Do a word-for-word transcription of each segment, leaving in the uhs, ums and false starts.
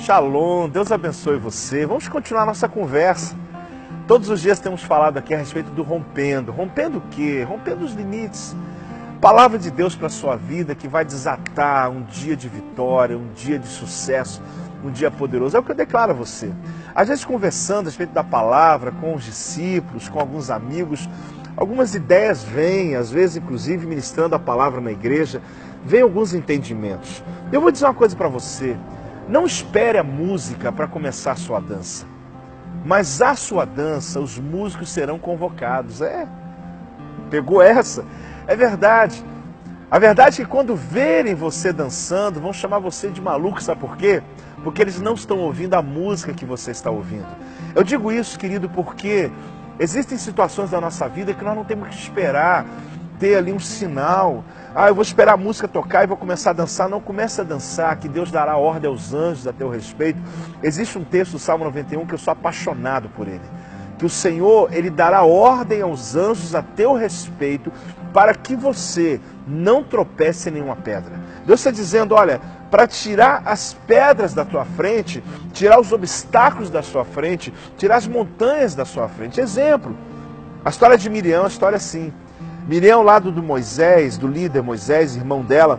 Shalom, Deus abençoe você. Vamos continuar nossa conversa. Todos os dias temos falado aqui a respeito do rompendo. Rompendo o quê? Rompendo os limites. Palavra de Deus para a sua vida que vai desatar um dia de vitória, um dia de sucesso, um dia poderoso. É o que eu declaro a você. Às vezes conversando a respeito da palavra com os discípulos, com alguns amigos, algumas ideias vêm, às vezes inclusive ministrando a palavra na igreja, vêm alguns entendimentos. Eu vou dizer uma coisa para você. Não espere a música para começar a sua dança. Mas a sua dança, os músicos serão convocados. É, pegou essa? É verdade. A verdade é que quando verem você dançando, vão chamar você de maluco, sabe por quê? Porque eles não estão ouvindo a música que você está ouvindo. Eu digo isso, querido, porque existem situações da nossa vida que nós não temos que esperar ter ali um sinal. Ah, eu vou esperar a música tocar e vou começar a dançar. Não, comece a dançar, que Deus dará ordem aos anjos a teu respeito. Existe um texto do Salmo noventa e um que eu sou apaixonado por ele. Que o Senhor, Ele dará ordem aos anjos a teu respeito para que você não tropece em nenhuma pedra. Deus está dizendo, olha, para tirar as pedras da tua frente, tirar os obstáculos da sua frente, tirar as montanhas da sua frente. Exemplo, a história de Miriam, a história assim. Miriam, ao lado do Moisés, do líder Moisés, irmão dela,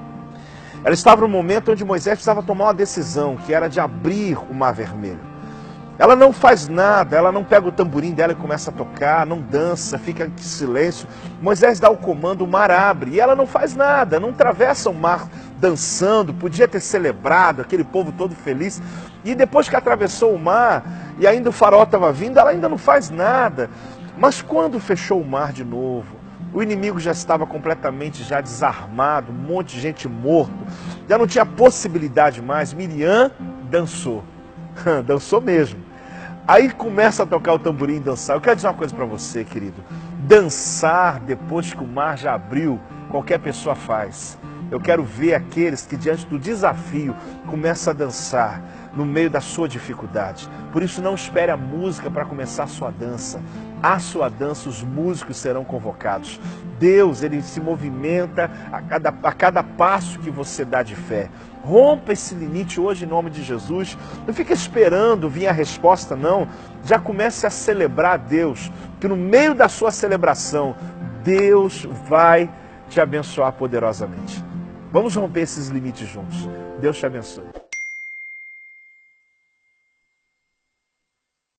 ela estava no momento onde Moisés precisava tomar uma decisão, que era de abrir o Mar Vermelho. Ela não faz nada, ela não pega o tamborim dela e começa a tocar, não dança, fica em silêncio. Moisés dá o comando, o mar abre, e ela não faz nada, não atravessa o mar dançando, podia ter celebrado, aquele povo todo feliz. E depois que atravessou o mar, e ainda o faraó estava vindo, ela ainda não faz nada. Mas quando fechou o mar de novo, o inimigo já estava completamente já desarmado, um monte de gente morto, já não tinha possibilidade mais. Miriam dançou, dançou mesmo. Aí começa a tocar o tamborim e dançar. Eu quero dizer uma coisa para você, querido. Dançar depois que o mar já abriu, qualquer pessoa faz. Eu quero ver aqueles que diante do desafio começam a dançar no meio da sua dificuldade. Por isso não espere a música para começar a sua dança. A sua dança, os músicos serão convocados. Deus, Ele se movimenta a cada, a cada passo que você dá de fé. Rompa esse limite hoje em nome de Jesus. Não fique esperando vir a resposta, não. Já comece a celebrar a Deus, que no meio da sua celebração, Deus vai te abençoar poderosamente. Vamos romper esses limites juntos. Deus te abençoe.